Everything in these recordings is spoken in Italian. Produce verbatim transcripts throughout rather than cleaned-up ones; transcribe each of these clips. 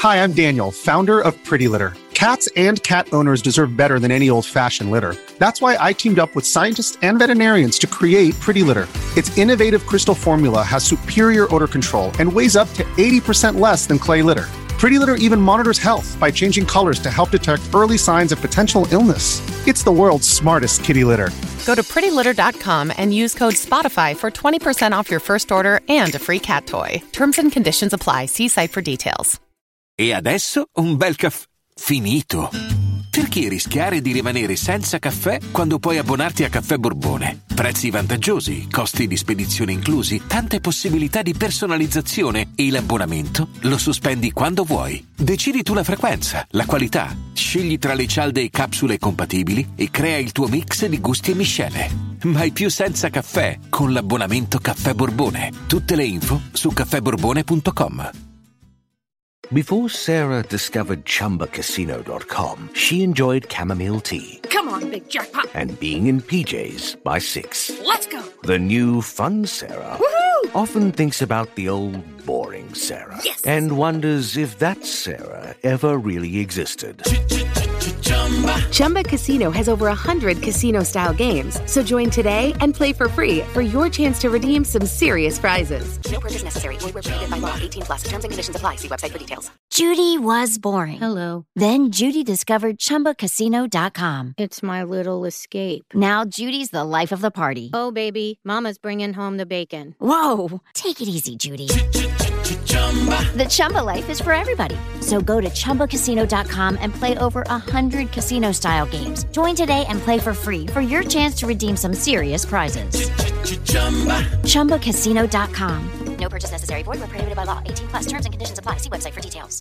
Hi, I'm Daniel, founder of Pretty Litter. Cats and cat owners deserve better than any old-fashioned litter. That's why I teamed up with scientists and veterinarians to create Pretty Litter. Its innovative crystal formula has superior odor control and weighs up to eighty percent less than clay litter. Pretty Litter even monitors health by changing colors to help detect early signs of potential illness. It's the world's smartest kitty litter. Go to pretty litter dot com and use code SPOTIFY for twenty percent off your first order and a free cat toy. Terms and conditions apply. See site for details. E adesso un bel caffè finito. Perché rischiare di rimanere senza caffè quando puoi abbonarti a Caffè Borbone? Prezzi vantaggiosi, costi di spedizione inclusi, tante possibilità di personalizzazione e l'abbonamento lo sospendi quando vuoi. Decidi tu la frequenza, la qualità, scegli tra le cialde e capsule compatibili e crea il tuo mix di gusti e miscele. Mai più senza caffè con l'abbonamento Caffè Borbone. Tutte le info su caffè borbone punto com. Before Sarah discovered Chumba Casino dot com, she enjoyed chamomile tea. Come on, big jackpot. And being in P Js by six. Let's go. The new fun Sarah Woohoo! often thinks about the old boring Sarah. Yes. And wonders if that Sarah ever really existed. Chumba Casino has over one hundred casino-style games. So join today and play for free for your chance to redeem some serious prizes. No purchase necessary. Void where prohibited by law. eighteen plus. Terms and conditions apply. See website for details. Judy was boring. Hello. Then Judy discovered Chumba Casino dot com. It's my little escape. Now Judy's the life of the party. Oh, baby, mama's bringing home the bacon. Whoa, take it easy, Judy. The Chumba life is for everybody. So go to Chumba Casino dot com and play over one hundred casino-style games. Join today and play for free for your chance to redeem some serious prizes. Chumba Casino dot com. No purchase necessary. Void where prohibited by law. eighteen plus. Terms and conditions apply. See website for details.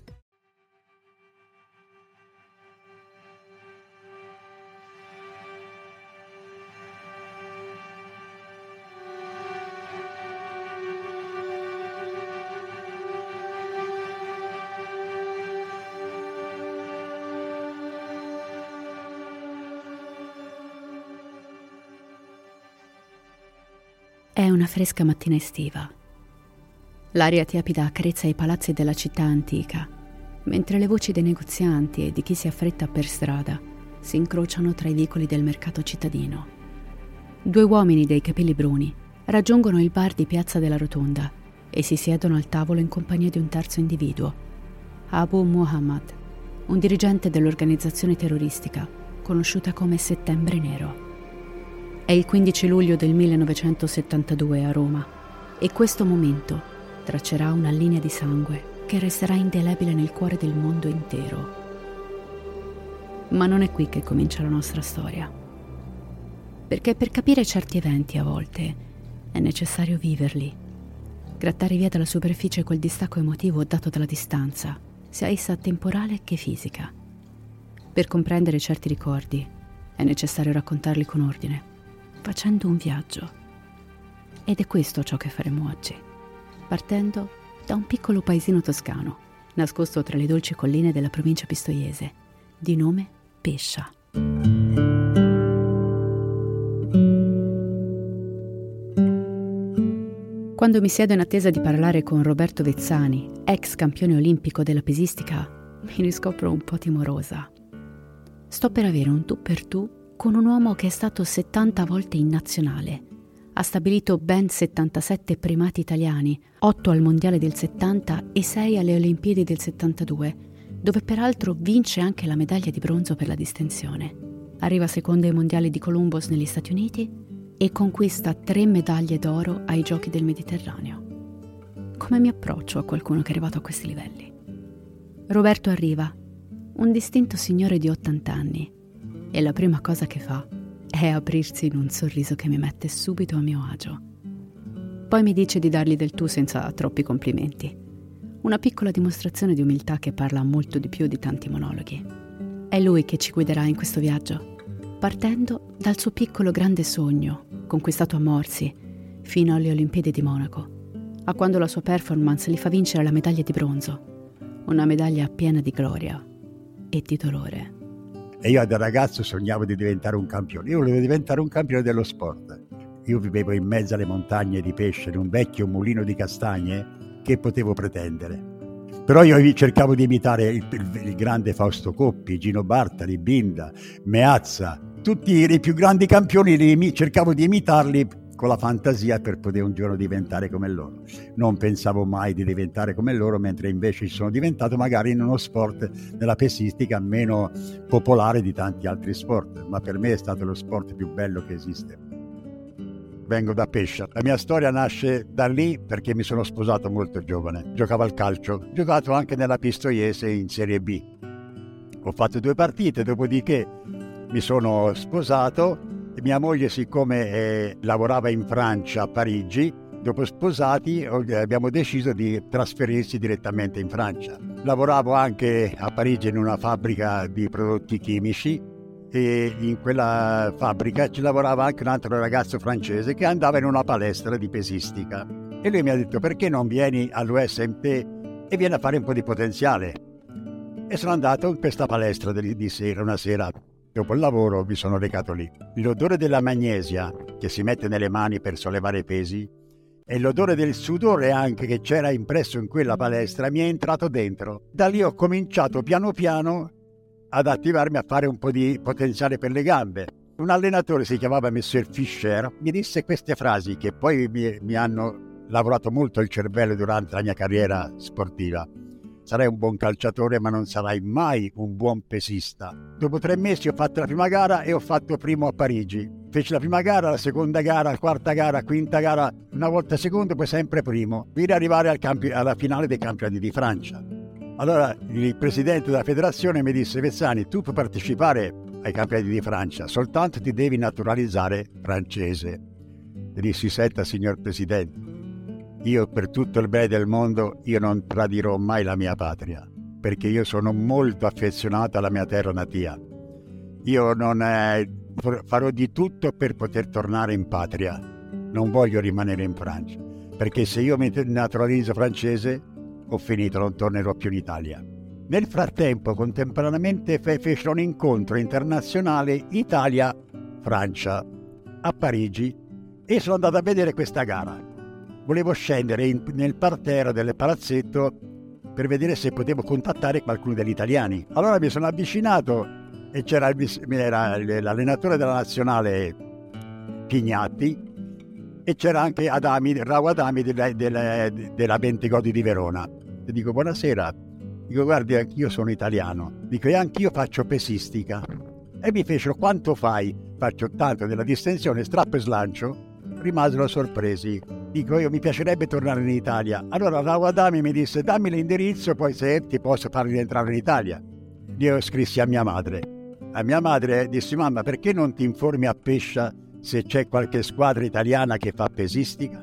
È una fresca mattina estiva. L'aria tiepida accarezza i palazzi della città antica, mentre le voci dei negozianti e di chi si affretta per strada si incrociano tra i vicoli del mercato cittadino. Due uomini dei capelli bruni raggiungono il bar di Piazza della Rotonda e si siedono al tavolo in compagnia di un terzo individuo, Abu Muhammad, un dirigente dell'organizzazione terroristica conosciuta come Settembre Nero. È il quindici luglio del millenovecentosettantadue a Roma e questo momento traccerà una linea di sangue che resterà indelebile nel cuore del mondo intero. Ma non è qui che comincia la nostra storia. Perché per capire certi eventi a volte è necessario viverli, grattare via dalla superficie quel distacco emotivo dato dalla distanza, sia essa temporale che fisica. Per comprendere certi ricordi è necessario raccontarli con ordine, facendo un viaggio. Ed è questo ciò che faremo oggi, partendo da un piccolo paesino toscano, nascosto tra le dolci colline della provincia pistoiese, di nome Pescia. Quando mi siedo in attesa di parlare con Roberto Vezzani, ex campione olimpico della pesistica, mi riscopro un po' timorosa. Sto per avere un tu per tu con un uomo che è stato settanta volte in nazionale. Ha stabilito ben settantasette primati italiani, otto al Mondiale del settanta e sei alle Olimpiadi del settantadue, dove peraltro vince anche la medaglia di bronzo per la distinzione. Arriva secondo ai Mondiali di Columbus negli Stati Uniti e conquista tre medaglie d'oro ai Giochi del Mediterraneo. Come mi approccio a qualcuno che è arrivato a questi livelli? Roberto arriva, un distinto signore di ottanta anni, e la prima cosa che fa è aprirsi in un sorriso che mi mette subito a mio agio. Poi mi dice di dargli del tu senza troppi complimenti. Una piccola dimostrazione di umiltà che parla molto di più di tanti monologhi. È lui che ci guiderà in questo viaggio, partendo dal suo piccolo grande sogno, conquistato a morsi, fino alle Olimpiadi di Monaco, a quando la sua performance gli fa vincere la medaglia di bronzo, una medaglia piena di gloria e di dolore. E io da ragazzo sognavo di diventare un campione. Io volevo diventare un campione dello sport. Io vivevo in mezzo alle montagne di Pescia, in un vecchio mulino di castagne. Che potevo pretendere? Però io cercavo di imitare il, il, il grande Fausto Coppi, Gino Bartali, Binda, Meazza, tutti i più grandi campioni, li, cercavo di imitarli con la fantasia per poter un giorno diventare come loro. Non pensavo mai di diventare come loro, mentre invece sono diventato magari in uno sport, nella pesistica, meno popolare di tanti altri sport, ma per me è stato lo sport più bello che esiste. Vengo da Pescia. La mia storia nasce da lì perché mi sono sposato molto giovane. Giocavo al calcio, ho giocato anche nella Pistoiese in Serie B. Ho fatto due partite, dopodiché mi sono sposato e mia moglie, siccome eh, lavorava in Francia, a Parigi, dopo sposati abbiamo deciso di trasferirsi direttamente in Francia. Lavoravo anche a Parigi in una fabbrica di prodotti chimici e in quella fabbrica ci lavorava anche un altro ragazzo francese che andava in una palestra di pesistica e lui mi ha detto: perché non vieni all'U S M T e vieni a fare un po' di potenziale? E sono andato in questa palestra di, di sera, una sera dopo il lavoro mi sono recato lì. L'odore della magnesia che si mette nelle mani per sollevare i pesi e l'odore del sudore anche che c'era impresso in quella palestra mi è entrato dentro. Da lì ho cominciato piano piano ad attivarmi a fare un po' di potenziale per le gambe. Un allenatore, si chiamava Monsieur Fischer, mi disse queste frasi che poi mi, mi hanno lavorato molto il cervello durante la mia carriera sportiva. Sarai un buon calciatore, ma non sarai mai un buon pesista. Dopo tre mesi ho fatto la prima gara e ho fatto primo a Parigi. Feci la prima gara, la seconda gara, la quarta gara, quinta gara, una volta secondo, poi sempre primo, fino ad arrivare al campi- alla finale dei campionati di Francia. Allora il presidente della federazione mi disse: Vezzani, tu puoi partecipare ai campionati di Francia, soltanto ti devi naturalizzare francese. E dissi: senta, signor presidente, io per tutto il bene del mondo io non tradirò mai la mia patria, perché io sono molto affezionato alla mia terra natia. Io non eh, farò di tutto per poter tornare in patria, non voglio rimanere in Francia, perché se io mi naturalizzo francese ho finito, non tornerò più in Italia. Nel frattempo, contemporaneamente, fe- fecero un incontro internazionale Italia-Francia a Parigi e sono andato a vedere questa gara. Volevo scendere in, nel parterre del palazzetto per vedere se potevo contattare qualcuno degli italiani. Allora mi sono avvicinato e c'era il, era l'allenatore della nazionale Pignatti e c'era anche Adami, Rao Adami della, della, della Bentegodi di Verona. E dico: buonasera. Dico: guardi, anch'io sono italiano. Dico: e anch'io faccio pesistica. E mi fecero: quanto fai? Faccio tanto della distensione, strappo e slancio. Rimasero sorpresi. Dico: io mi piacerebbe tornare in Italia. Allora Rao Adami mi disse: dammi l'indirizzo, poi se ti posso far rientrare in Italia. Io scrissi a mia madre. A mia madre dissi: mamma, perché non ti informi a Pescia se c'è qualche squadra italiana che fa pesistica?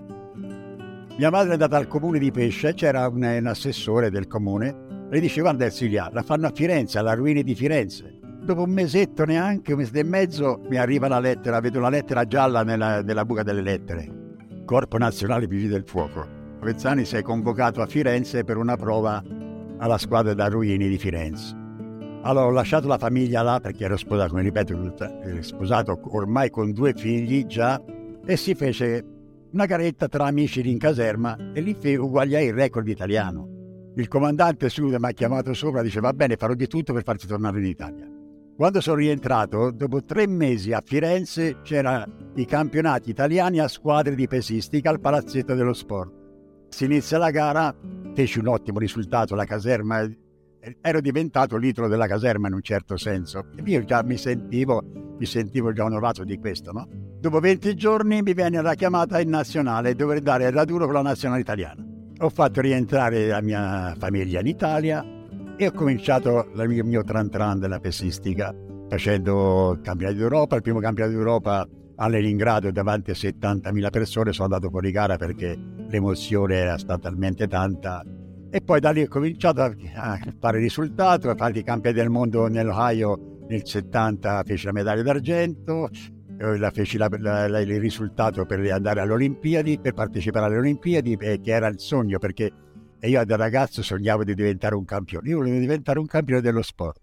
Mia madre è andata al comune di Pescia e c'era un, un assessore del comune. Le dice: guarda Ersilia, la fanno a Firenze, alla Ruini di Firenze. Dopo un mesetto, neanche un mese e mezzo, mi arriva la lettera, vedo la lettera gialla nella, nella buca delle lettere. Corpo Nazionale Vigili del Fuoco. Vezzani, sei convocato a Firenze per una prova alla squadra da Ruini di Firenze. Allora ho lasciato la famiglia là perché ero sposato, come ripeto, ero sposato ormai con due figli già, e si fece una garetta tra amici in caserma e lì uguagliai il record italiano. Il comandante subito mi ha chiamato sopra e dice: va bene, farò di tutto per farti tornare in Italia. Quando sono rientrato, dopo tre mesi a Firenze, c'erano i campionati italiani a squadre di pesistica al Palazzetto dello Sport. Si inizia la gara, feci un ottimo risultato, la caserma, ero diventato l'idolo della caserma in un certo senso. E io già mi sentivo, mi sentivo già onorato di questo, no? Dopo venti giorni mi venne la chiamata in nazionale, dovevo dare il raduno con la nazionale italiana. Ho fatto rientrare la mia famiglia in Italia e ho cominciato il mio, mio tran tran della pesistica, facendo campionati d'Europa. Il primo campionato d'Europa a Leningrado davanti a settantamila persone, sono andato fuori gara perché l'emozione era stata talmente tanta. E poi da lì ho cominciato a fare risultato, a fare i campioni del mondo nell'Ohio nel settanta, feci la medaglia d'argento, la feci la, la, la, il risultato per andare alle Olimpiadi, per partecipare alle Olimpiadi, eh, che era il sogno, perché io da ragazzo sognavo di diventare un campione, io volevo diventare un campione dello sport.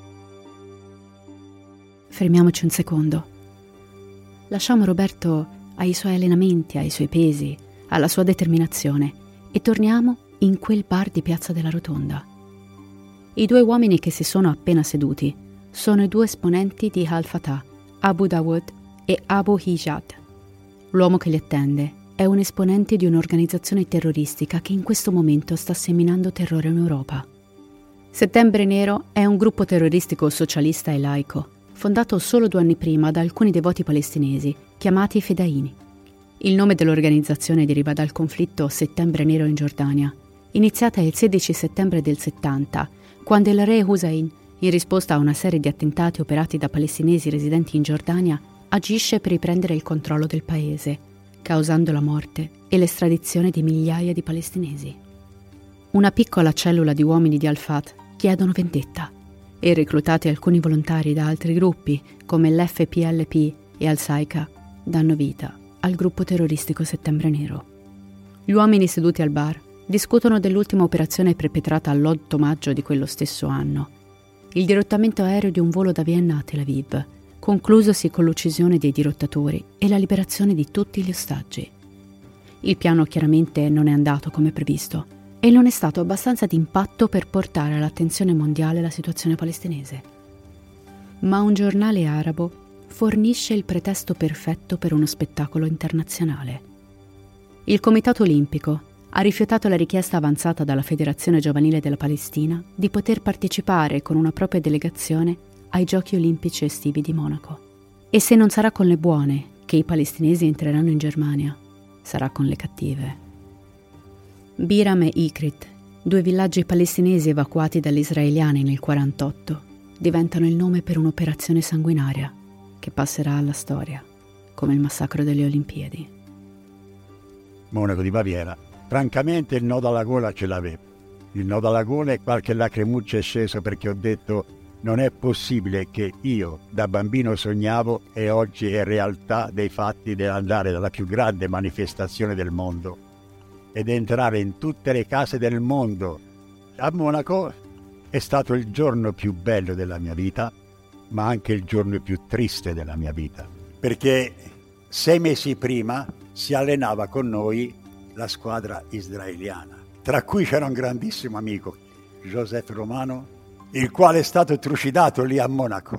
Fermiamoci un secondo. Lasciamo Roberto ai suoi allenamenti, ai suoi pesi, alla sua determinazione e torniamo in quel bar di Piazza della Rotonda. I due uomini che si sono appena seduti sono i due esponenti di Al-Fatah, Abu Dawood e Abu Hijad. L'uomo che li attende è un esponente di un'organizzazione terroristica che in questo momento sta seminando terrore in Europa. Settembre Nero è un gruppo terroristico socialista e laico, fondato solo due anni prima da alcuni devoti palestinesi, chiamati Fedaini. Il nome dell'organizzazione deriva dal conflitto Settembre Nero in Giordania, iniziata il sedici settembre del settanta, quando il re Hussein, in risposta a una serie di attentati operati da palestinesi residenti in Giordania, agisce per riprendere il controllo del paese, causando la morte e l'estradizione di migliaia di palestinesi. Una piccola cellula di uomini di Al-Fatah chiedono vendetta e, reclutati alcuni volontari da altri gruppi come l'F P L P e Al-Saika, danno vita al gruppo terroristico Settembre Nero. Gli uomini seduti al bar discutono dell'ultima operazione perpetrata l'otto maggio di quello stesso anno, il dirottamento aereo di un volo da Vienna a Tel Aviv, conclusosi con l'uccisione dei dirottatori e la liberazione di tutti gli ostaggi. Il piano chiaramente non è andato come previsto e non è stato abbastanza d'impatto per portare all'attenzione mondiale la situazione palestinese. Ma un giornale arabo fornisce il pretesto perfetto per uno spettacolo internazionale. Il Comitato Olimpico ha rifiutato la richiesta avanzata dalla Federazione Giovanile della Palestina di poter partecipare con una propria delegazione ai Giochi Olimpici estivi di Monaco. E se non sarà con le buone che i palestinesi entreranno in Germania, sarà con le cattive. Biram e Ikrit, due villaggi palestinesi evacuati dagli israeliani nel quarantotto, diventano il nome per un'operazione sanguinaria che passerà alla storia come il massacro delle Olimpiadi. Monaco di Baviera. Francamente il nodo alla gola ce l'avevo. Il nodo alla gola e qualche lacrimuccia è sceso perché ho detto: non è possibile che io da bambino sognavo e oggi è realtà dei fatti dell'andare dalla più grande manifestazione del mondo ed entrare in tutte le case del mondo. A Monaco è stato il giorno più bello della mia vita, ma anche il giorno più triste della mia vita, perché sei mesi prima si allenava con noi la squadra israeliana, tra cui c'era un grandissimo amico, Joseph Romano, il quale è stato trucidato lì a Monaco.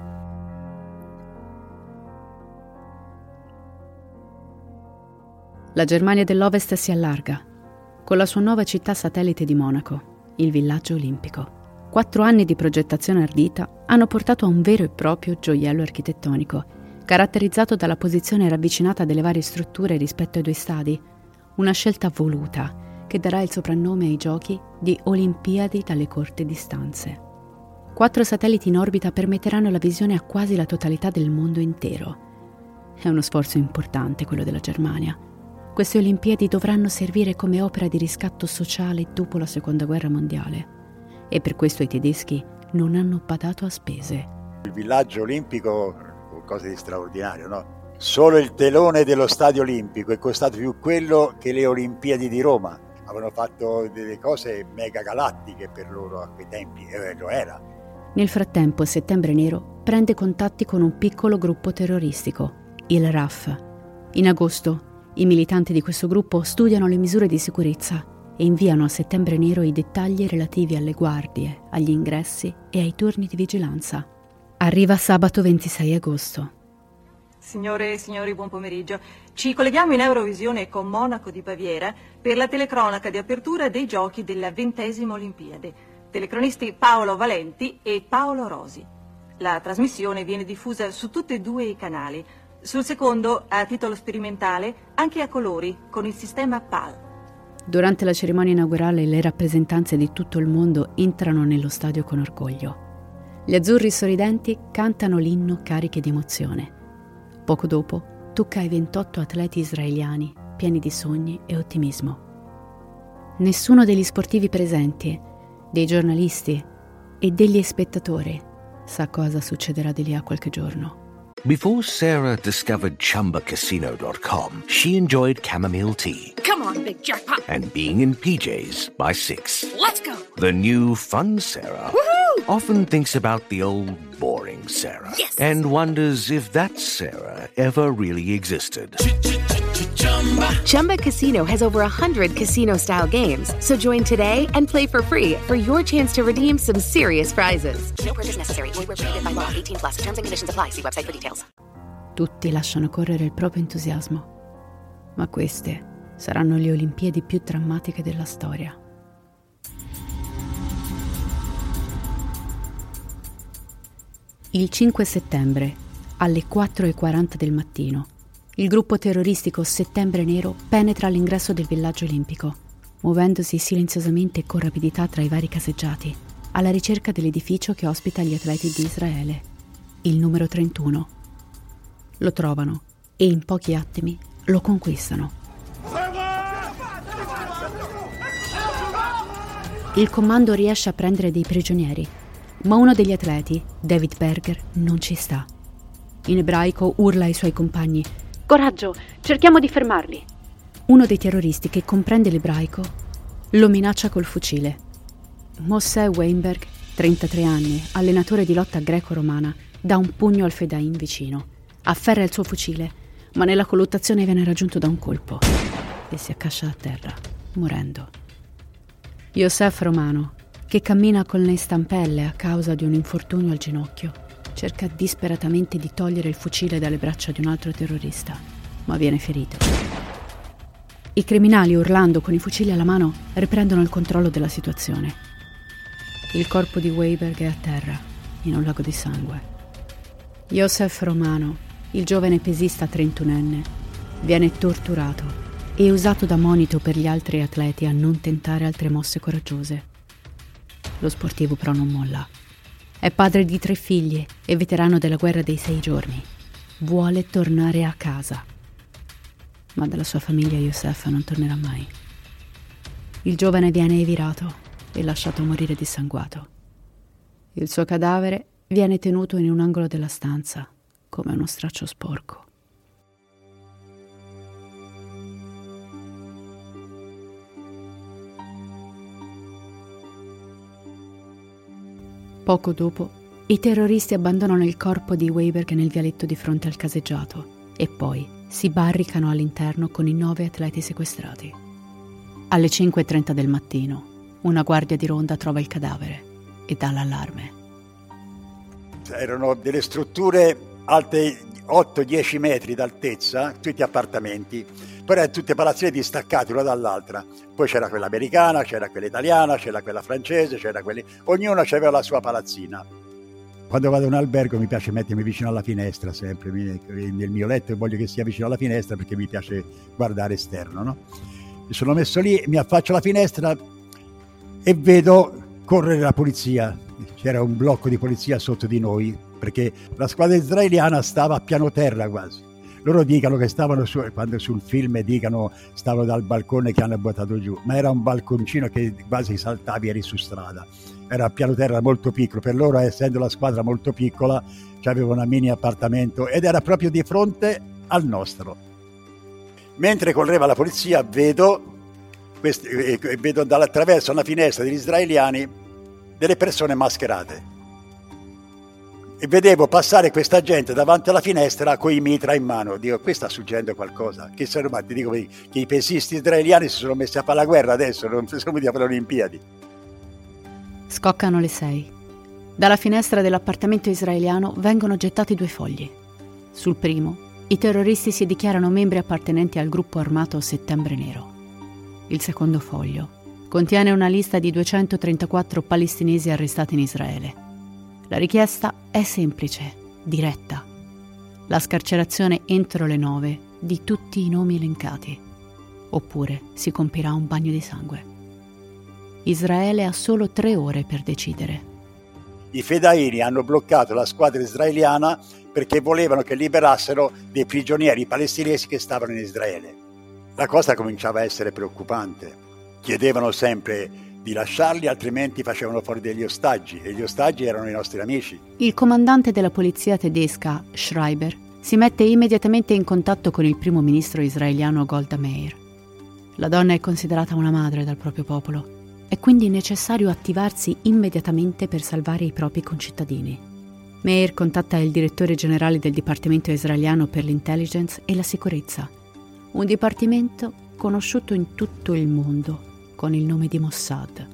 La Germania dell'Ovest si allarga, con la sua nuova città satellite di Monaco, il villaggio olimpico. Quattro anni di progettazione ardita hanno portato a un vero e proprio gioiello architettonico, caratterizzato dalla posizione ravvicinata delle varie strutture rispetto ai due stadi, una scelta voluta che darà il soprannome ai giochi di Olimpiadi dalle corte distanze. Quattro satelliti in orbita permetteranno la visione a quasi la totalità del mondo intero. È uno sforzo importante quello della Germania. Queste Olimpiadi dovranno servire come opera di riscatto sociale dopo la Seconda Guerra Mondiale e per questo i tedeschi non hanno badato a spese. Il villaggio olimpico è qualcosa di straordinario, no? Solo il telone dello stadio olimpico è costato più quello che le Olimpiadi di Roma. Avevano fatto delle cose mega galattiche per loro a quei tempi, e lo era. Nel frattempo Settembre Nero prende contatti con un piccolo gruppo terroristico, il R A F. In agosto i militanti di questo gruppo studiano le misure di sicurezza e inviano a Settembre Nero i dettagli relativi alle guardie, agli ingressi e ai turni di vigilanza. Arriva sabato ventisei agosto. Signore e signori, buon pomeriggio. Ci colleghiamo in Eurovisione con Monaco di Baviera per la telecronaca di apertura dei giochi della ventesima Olimpiade. Telecronisti Paolo Valenti e Paolo Rosi. La trasmissione viene diffusa su tutti e due i canali. Sul secondo, a titolo sperimentale, anche a colori, con il sistema P A L. Durante la cerimonia inaugurale le rappresentanze di tutto il mondo entrano nello stadio con orgoglio. Gli azzurri sorridenti cantano l'inno carichi di emozione. Poco dopo tocca ai ventotto atleti israeliani, pieni di sogni e ottimismo. Nessuno degli sportivi presenti, dei giornalisti e degli spettatori sa cosa succederà di lì a qualche giorno. Before Sarah discovered Chumba Casino dot com, she enjoyed chamomile tea. Come on, big jackpot. And being in P Js by six. Let's go. The new fun Sarah Woohoo! often thinks about the old boring young Sarah and wonders if that Sarah ever really existed. Chumba Casino has over one hundred casino-style games. So join today and play for free for your chance to redeem some serious prizes. No purchase necessary. Void where prohibited by law. eighteen plus. Terms and conditions apply. See website for details. Tutti lasciano correre il proprio entusiasmo, ma queste saranno le Olimpiadi più drammatiche della storia. Il cinque settembre, alle quattro e quaranta del mattino, il gruppo terroristico Settembre Nero penetra all'ingresso del villaggio olimpico, muovendosi silenziosamente e con rapidità tra i vari caseggiati, alla ricerca dell'edificio che ospita gli atleti di Israele, il numero trentuno. Lo trovano e in pochi attimi lo conquistano. Il comando riesce a prendere dei prigionieri, ma uno degli atleti, David Berger, non ci sta. In ebraico urla ai suoi compagni: «Coraggio, cerchiamo di fermarli!» Uno dei terroristi, che comprende l'ebraico, lo minaccia col fucile. Mosè Weinberg, trentatré anni, allenatore di lotta greco-romana, dà un pugno al fedain vicino, afferra il suo fucile, ma nella colluttazione viene raggiunto da un colpo e si accascia a terra, morendo. Yosef Romano, che cammina con le stampelle a causa di un infortunio al ginocchio, cerca disperatamente di togliere il fucile dalle braccia di un altro terrorista, ma viene ferito. I criminali, urlando con i fucili alla mano, riprendono il controllo della situazione. Il corpo di Weinberg è a terra, in un lago di sangue. Yosef Romano, il giovane pesista trentunenne, viene torturato e usato da monito per gli altri atleti a non tentare altre mosse coraggiose. Lo sportivo però non molla. È padre di tre figli e veterano della guerra dei sei giorni. Vuole tornare a casa. Ma dalla sua famiglia Yosef non tornerà mai. Il giovane viene evirato e lasciato morire dissanguato. Il suo cadavere viene tenuto in un angolo della stanza, come uno straccio sporco. Poco dopo, i terroristi abbandonano il corpo di Weinberg nel vialetto di fronte al caseggiato e poi si barricano all'interno con i nove atleti sequestrati. Alle cinque e trenta del mattino, una guardia di ronda trova il cadavere e dà l'allarme. Erano delle strutture alte otto dieci metri d'altezza, tutti appartamenti, però erano tutte palazzine distaccate una dall'altra. Poi c'era quella americana, c'era quella italiana, c'era quella francese, c'era quella... ognuno aveva la sua palazzina. Quando vado in un albergo mi piace mettermi vicino alla finestra sempre, nel mio letto voglio che sia vicino alla finestra perché mi piace guardare esterno, no? Mi sono messo lì, mi affaccio alla finestra e vedo correre la polizia. C'era un blocco di polizia sotto di noi perché la squadra israeliana stava a piano terra quasi. Loro dicono che stavano su, quando sul film dicono stavano dal balcone che hanno buttato giù, ma era un balconcino che quasi saltavi, eri su strada. Era a piano terra molto piccolo, per loro essendo la squadra molto piccola c'aveva una mini appartamento ed era proprio di fronte al nostro. Mentre correva la polizia vedo, questi, eh, vedo attraverso una finestra degli israeliani delle persone mascherate. E vedevo passare questa gente davanti alla finestra con i mitra in mano. Dico, qui sta succedendo qualcosa. Che sono, ma ti dico che i pesisti israeliani si sono messi a fare la guerra adesso, non sono venuti a fare le Olimpiadi. Scoccano le sei. Dalla finestra dell'appartamento israeliano vengono gettati due fogli. Sul primo, i terroristi si dichiarano membri appartenenti al gruppo armato Settembre Nero. Il secondo foglio contiene una lista di duecentotrentaquattro palestinesi arrestati in Israele. La richiesta è semplice, diretta. La scarcerazione entro le nove di tutti i nomi elencati. Oppure si compirà un bagno di sangue. Israele ha solo tre ore per decidere. I fedaini hanno bloccato la squadra israeliana perché volevano che liberassero dei prigionieri palestinesi che stavano in Israele. La cosa cominciava a essere preoccupante. Chiedevano sempre di lasciarli, altrimenti facevano fuori degli ostaggi, e gli ostaggi erano i nostri amici. Il comandante della polizia tedesca, Schreiber, si mette immediatamente in contatto con il primo ministro israeliano Golda Meir. La donna è considerata una madre dal proprio popolo. È quindi necessario attivarsi immediatamente per salvare i propri concittadini. Meir contatta il direttore generale del Dipartimento israeliano per l'intelligence e la sicurezza, un dipartimento conosciuto in tutto il mondo con il nome di Mossad.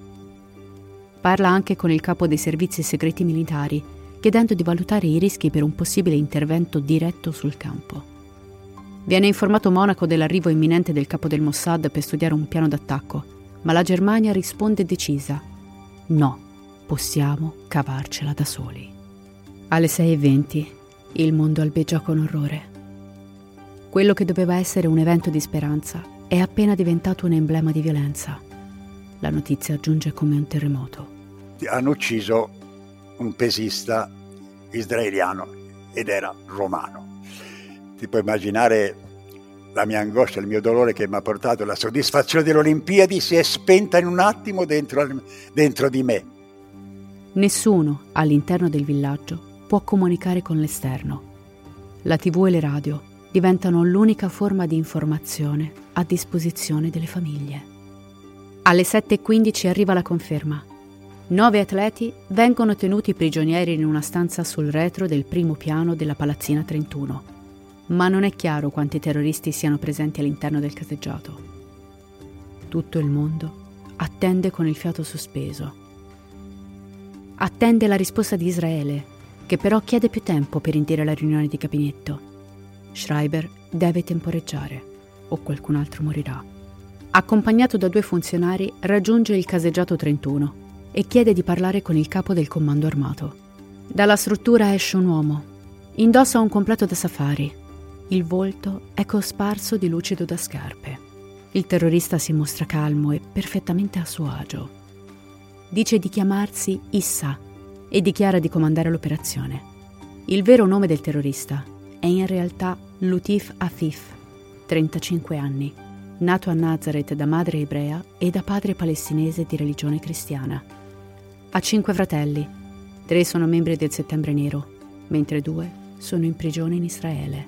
Parla anche con il capo dei servizi segreti militari, chiedendo di valutare i rischi per un possibile intervento diretto sul campo. Viene informato Monaco dell'arrivo imminente del capo del Mossad per studiare un piano d'attacco, ma la Germania risponde decisa: no, possiamo cavarcela da soli. Alle sei e venti il mondo albeggia con orrore. Quello che doveva essere un evento di speranza è appena diventato un emblema di violenza. La notizia giunge come un terremoto. Hanno ucciso un pesista israeliano ed era romano. Ti puoi immaginare la mia angoscia, il mio dolore che mi ha portato, la soddisfazione delle Olimpiadi si è spenta in un attimo dentro, dentro di me. Nessuno all'interno del villaggio può comunicare con l'esterno. La tivù e le radio diventano l'unica forma di informazione a disposizione delle famiglie. Alle sette e quindici arriva la conferma. Nove atleti vengono tenuti prigionieri in una stanza sul retro del primo piano della Palazzina trentuno, ma non è chiaro quanti terroristi siano presenti all'interno del caseggiato. Tutto il mondo attende con il fiato sospeso. Attende la risposta di Israele, che però chiede più tempo per indire la riunione di gabinetto. Schreiber deve temporeggiare, o qualcun altro morirà. Accompagnato da due funzionari, raggiunge il caseggiato trentuno e chiede di parlare con il capo del comando armato. Dalla struttura esce un uomo. Indossa un completo da safari. Il volto è cosparso di lucido da scarpe. Il terrorista si mostra calmo e perfettamente a suo agio. Dice di chiamarsi Issa e dichiara di comandare l'operazione. Il vero nome del terrorista è in realtà Lutif Afif, trentacinque anni, nato a Nazareth da madre ebrea e da padre palestinese di religione cristiana. Ha cinque fratelli, tre sono membri del Settembre Nero, mentre due sono in prigione in Israele.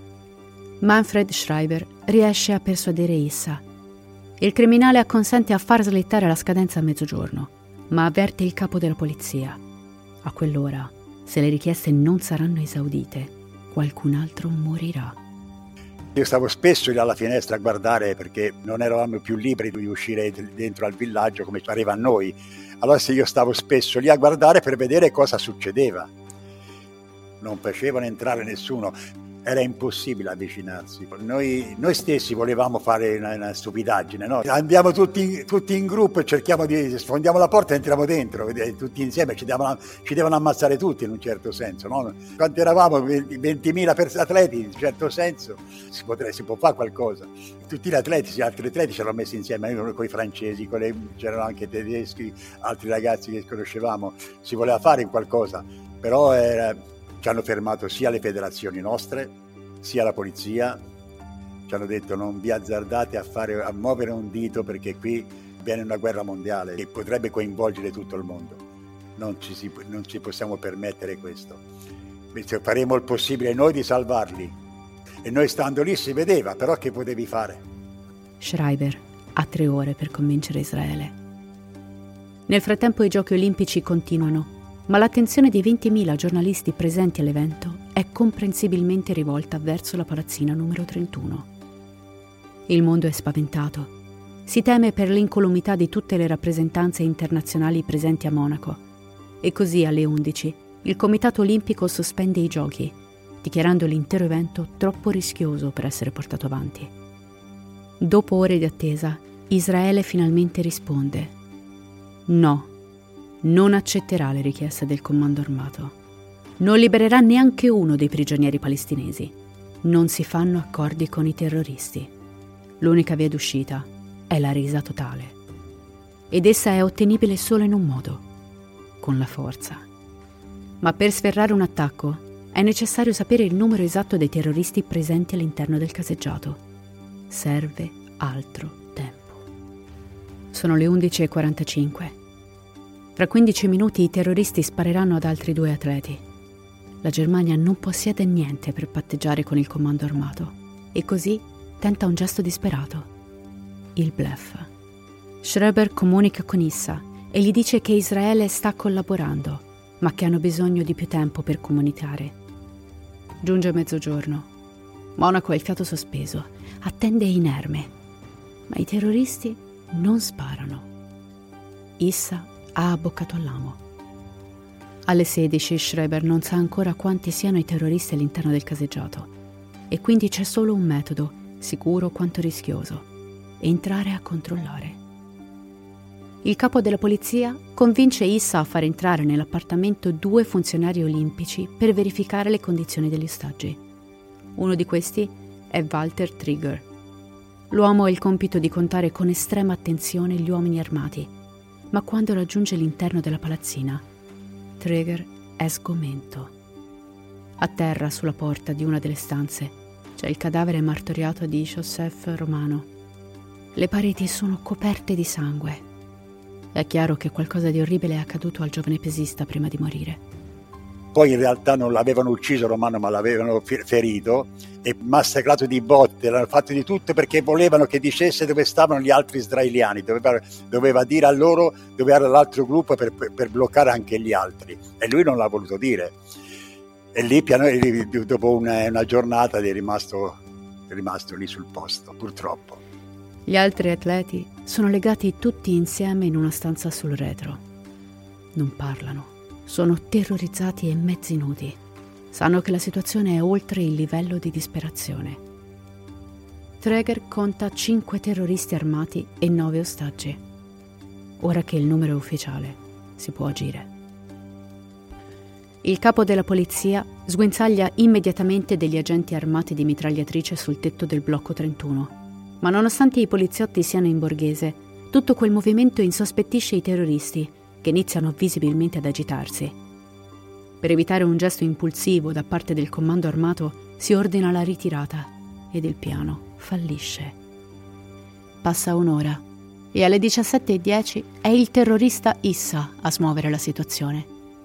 Manfred Schreiber riesce a persuadere Issa. Il criminale acconsente a far slittare la scadenza a mezzogiorno, ma avverte il capo della polizia. A quell'ora, se le richieste non saranno esaudite, qualcun altro morirà. Io stavo spesso lì alla finestra a guardare perché non eravamo più liberi di uscire dentro al villaggio come pareva a noi. Allora se io stavo spesso lì a guardare per vedere cosa succedeva. Non facevano entrare nessuno. Era impossibile avvicinarsi. Noi, noi stessi volevamo fare una, una stupidaggine, no? Andiamo tutti, tutti in gruppo e cerchiamo di sfondiamo la porta e entriamo dentro, tutti insieme, ci devono, ci devono ammazzare tutti in un certo senso, no? Quando eravamo ventimila atleti, in un certo senso, si, potrebbe, si può fare qualcosa. Tutti gli atleti, gli altri atleti ci erano messi insieme, con i francesi, con le, c'erano anche tedeschi, altri ragazzi che conoscevamo, si voleva fare qualcosa, però era... Ci hanno fermato sia le federazioni nostre, sia la polizia. Ci hanno detto non vi azzardate a, fare, a muovere un dito perché qui viene una guerra mondiale che potrebbe coinvolgere tutto il mondo. Non ci, si, non ci possiamo permettere questo. Faremo il possibile noi di salvarli. E noi stando lì si vedeva, però che potevi fare? Schreiber ha tre ore per convincere Israele. Nel frattempo i giochi olimpici continuano, ma l'attenzione dei ventimila giornalisti presenti all'evento è comprensibilmente rivolta verso la palazzina numero trentuno. Il mondo è spaventato. Si teme per l'incolumità di tutte le rappresentanze internazionali presenti a Monaco. E così alle undici il Comitato Olimpico sospende i giochi, dichiarando l'intero evento troppo rischioso per essere portato avanti. Dopo ore di attesa, Israele finalmente risponde: no. Non accetterà le richieste del comando armato. Non libererà neanche uno dei prigionieri palestinesi. Non si fanno accordi con i terroristi. L'unica via d'uscita è la resa totale. Ed essa è ottenibile solo in un modo: con la forza. Ma per sferrare un attacco è necessario sapere il numero esatto dei terroristi presenti all'interno del caseggiato. Serve altro tempo. Sono le undici e quarantacinque. Tra quindici minuti i terroristi spareranno ad altri due atleti. La Germania non possiede niente per patteggiare con il comando armato e così tenta un gesto disperato: il bluff. Schreiber comunica con Issa e gli dice che Israele sta collaborando, ma che hanno bisogno di più tempo per comunicare. Giunge mezzogiorno. Monaco ha il fiato sospeso, attende inerme, ma i terroristi non sparano. Issa ha abboccato all'amo. Alle sedici Schreber non sa ancora quanti siano i terroristi all'interno del caseggiato e quindi c'è solo un metodo, sicuro quanto rischioso: entrare a controllare. Il capo della polizia convince Issa a far entrare nell'appartamento due funzionari olimpici per verificare le condizioni degli ostaggi. Uno di questi è Walter Trigger. L'uomo ha il compito di contare con estrema attenzione gli uomini armati, ma quando raggiunge l'interno della palazzina, Trigger è sgomento. A terra, sulla porta di una delle stanze, c'è il cadavere martoriato di Joseph Romano. Le pareti sono coperte di sangue. È chiaro che qualcosa di orribile è accaduto al giovane pesista prima di morire. Poi in realtà non l'avevano ucciso Romano, ma l'avevano ferito e massacrato di botte, l'hanno fatto di tutto perché volevano che dicesse dove stavano gli altri israeliani, doveva, doveva dire a loro dove era l'altro gruppo per, per, per bloccare anche gli altri, e lui non l'ha voluto dire. E lì piano, dopo una, una giornata è rimasto, è rimasto lì sul posto, purtroppo. Gli altri atleti sono legati tutti insieme in una stanza sul retro. Non parlano, sono terrorizzati e mezzi nudi. Sanno che la situazione è oltre il livello di disperazione. Traeger conta cinque terroristi armati e nove ostaggi. Ora che il numero è ufficiale, si può agire. Il capo della polizia sguinzaglia immediatamente degli agenti armati di mitragliatrice sul tetto del blocco trentuno. Ma nonostante i poliziotti siano in borghese, tutto quel movimento insospettisce i terroristi, che iniziano visibilmente ad agitarsi. Per evitare un gesto impulsivo da parte del comando armato, si ordina la ritirata ed il piano fallisce. Passa un'ora e alle diciassette e dieci è il terrorista Issa a smuovere la situazione.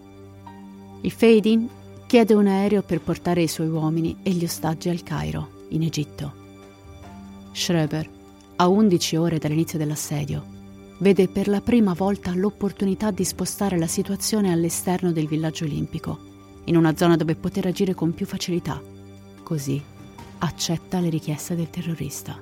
Il Fade-in chiede un aereo per portare i suoi uomini e gli ostaggi al Cairo, in Egitto. Schreber, a undici ore dall'inizio dell'assedio, vede per la prima volta l'opportunità di spostare la situazione all'esterno del villaggio olimpico, in una zona dove poter agire con più facilità. Così accetta le richieste del terrorista.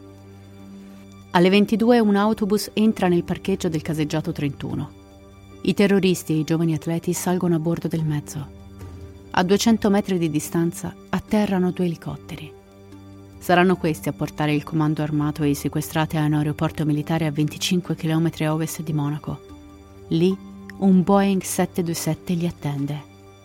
Alle ventidue un autobus entra nel parcheggio del caseggiato trentuno. I terroristi e i giovani atleti salgono a bordo del mezzo. A duecento metri di distanza atterrano due elicotteri. Saranno questi a portare il comando armato e i sequestrati a un aeroporto militare a venticinque chilometri a ovest di Monaco. Lì un Boeing sette due sette li attende.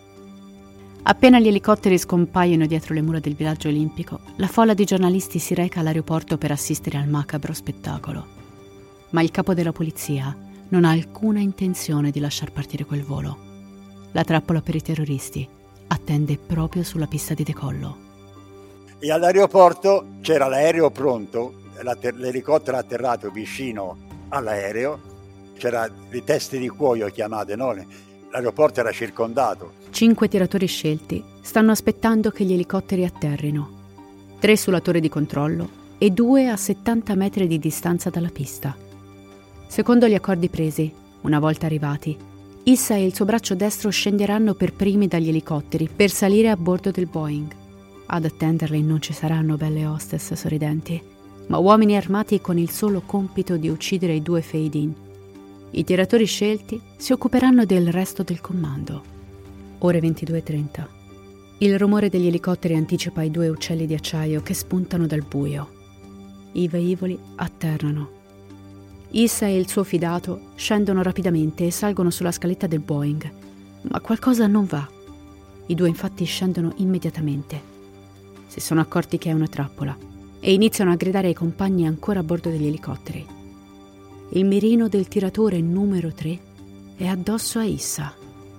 Appena gli elicotteri scompaiono dietro le mura del villaggio olimpico, la folla di giornalisti si reca all'aeroporto per assistere al macabro spettacolo. Ma il capo della polizia non ha alcuna intenzione di lasciar partire quel volo. La trappola per i terroristi attende proprio sulla pista di decollo. E all'aeroporto c'era l'aereo pronto, l'elicottero atterrato vicino all'aereo, c'era le teste di cuoio chiamate, no? L'aeroporto era circondato. Cinque tiratori scelti stanno aspettando che gli elicotteri atterrino. Tre sulla torre di controllo e due a settanta metri di distanza dalla pista. Secondo gli accordi presi, una volta arrivati, Issa e il suo braccio destro scenderanno per primi dagli elicotteri per salire a bordo del Boeing. Ad attenderli non ci saranno belle hostess sorridenti, ma uomini armati con il solo compito di uccidere i due Fade-in. I tiratori scelti si occuperanno del resto del comando. Ore ventidue e trenta. Il rumore degli elicotteri anticipa i due uccelli di acciaio che spuntano dal buio. I velivoli atterrano. Issa e il suo fidato scendono rapidamente e salgono sulla scaletta del Boeing, ma qualcosa non va. I due infatti scendono immediatamente. Si sono accorti che è una trappola e iniziano a gridare ai compagni ancora a bordo degli elicotteri. Il mirino del tiratore numero tre è addosso a Issa.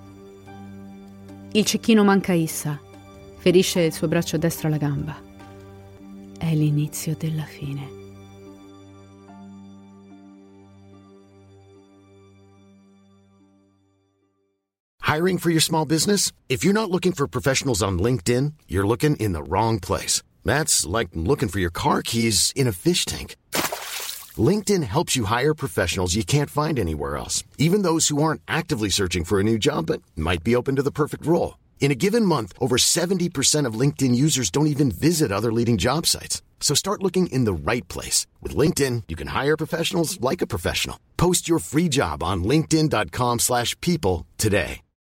Il cecchino manca a Issa, ferisce il suo braccio destro alla gamba. È l'inizio della fine. Hiring for your small business? If you're not looking for professionals on LinkedIn, you're looking in the wrong place. That's like looking for your car keys in a fish tank. LinkedIn helps you hire professionals you can't find anywhere else, even those who aren't actively searching for a new job but might be open to the perfect role. In a given month, over seventy percent of LinkedIn users don't even visit other leading job sites. So start looking in the right place. With LinkedIn, you can hire professionals like a professional. Post your free job on linkedin dot com slash people today.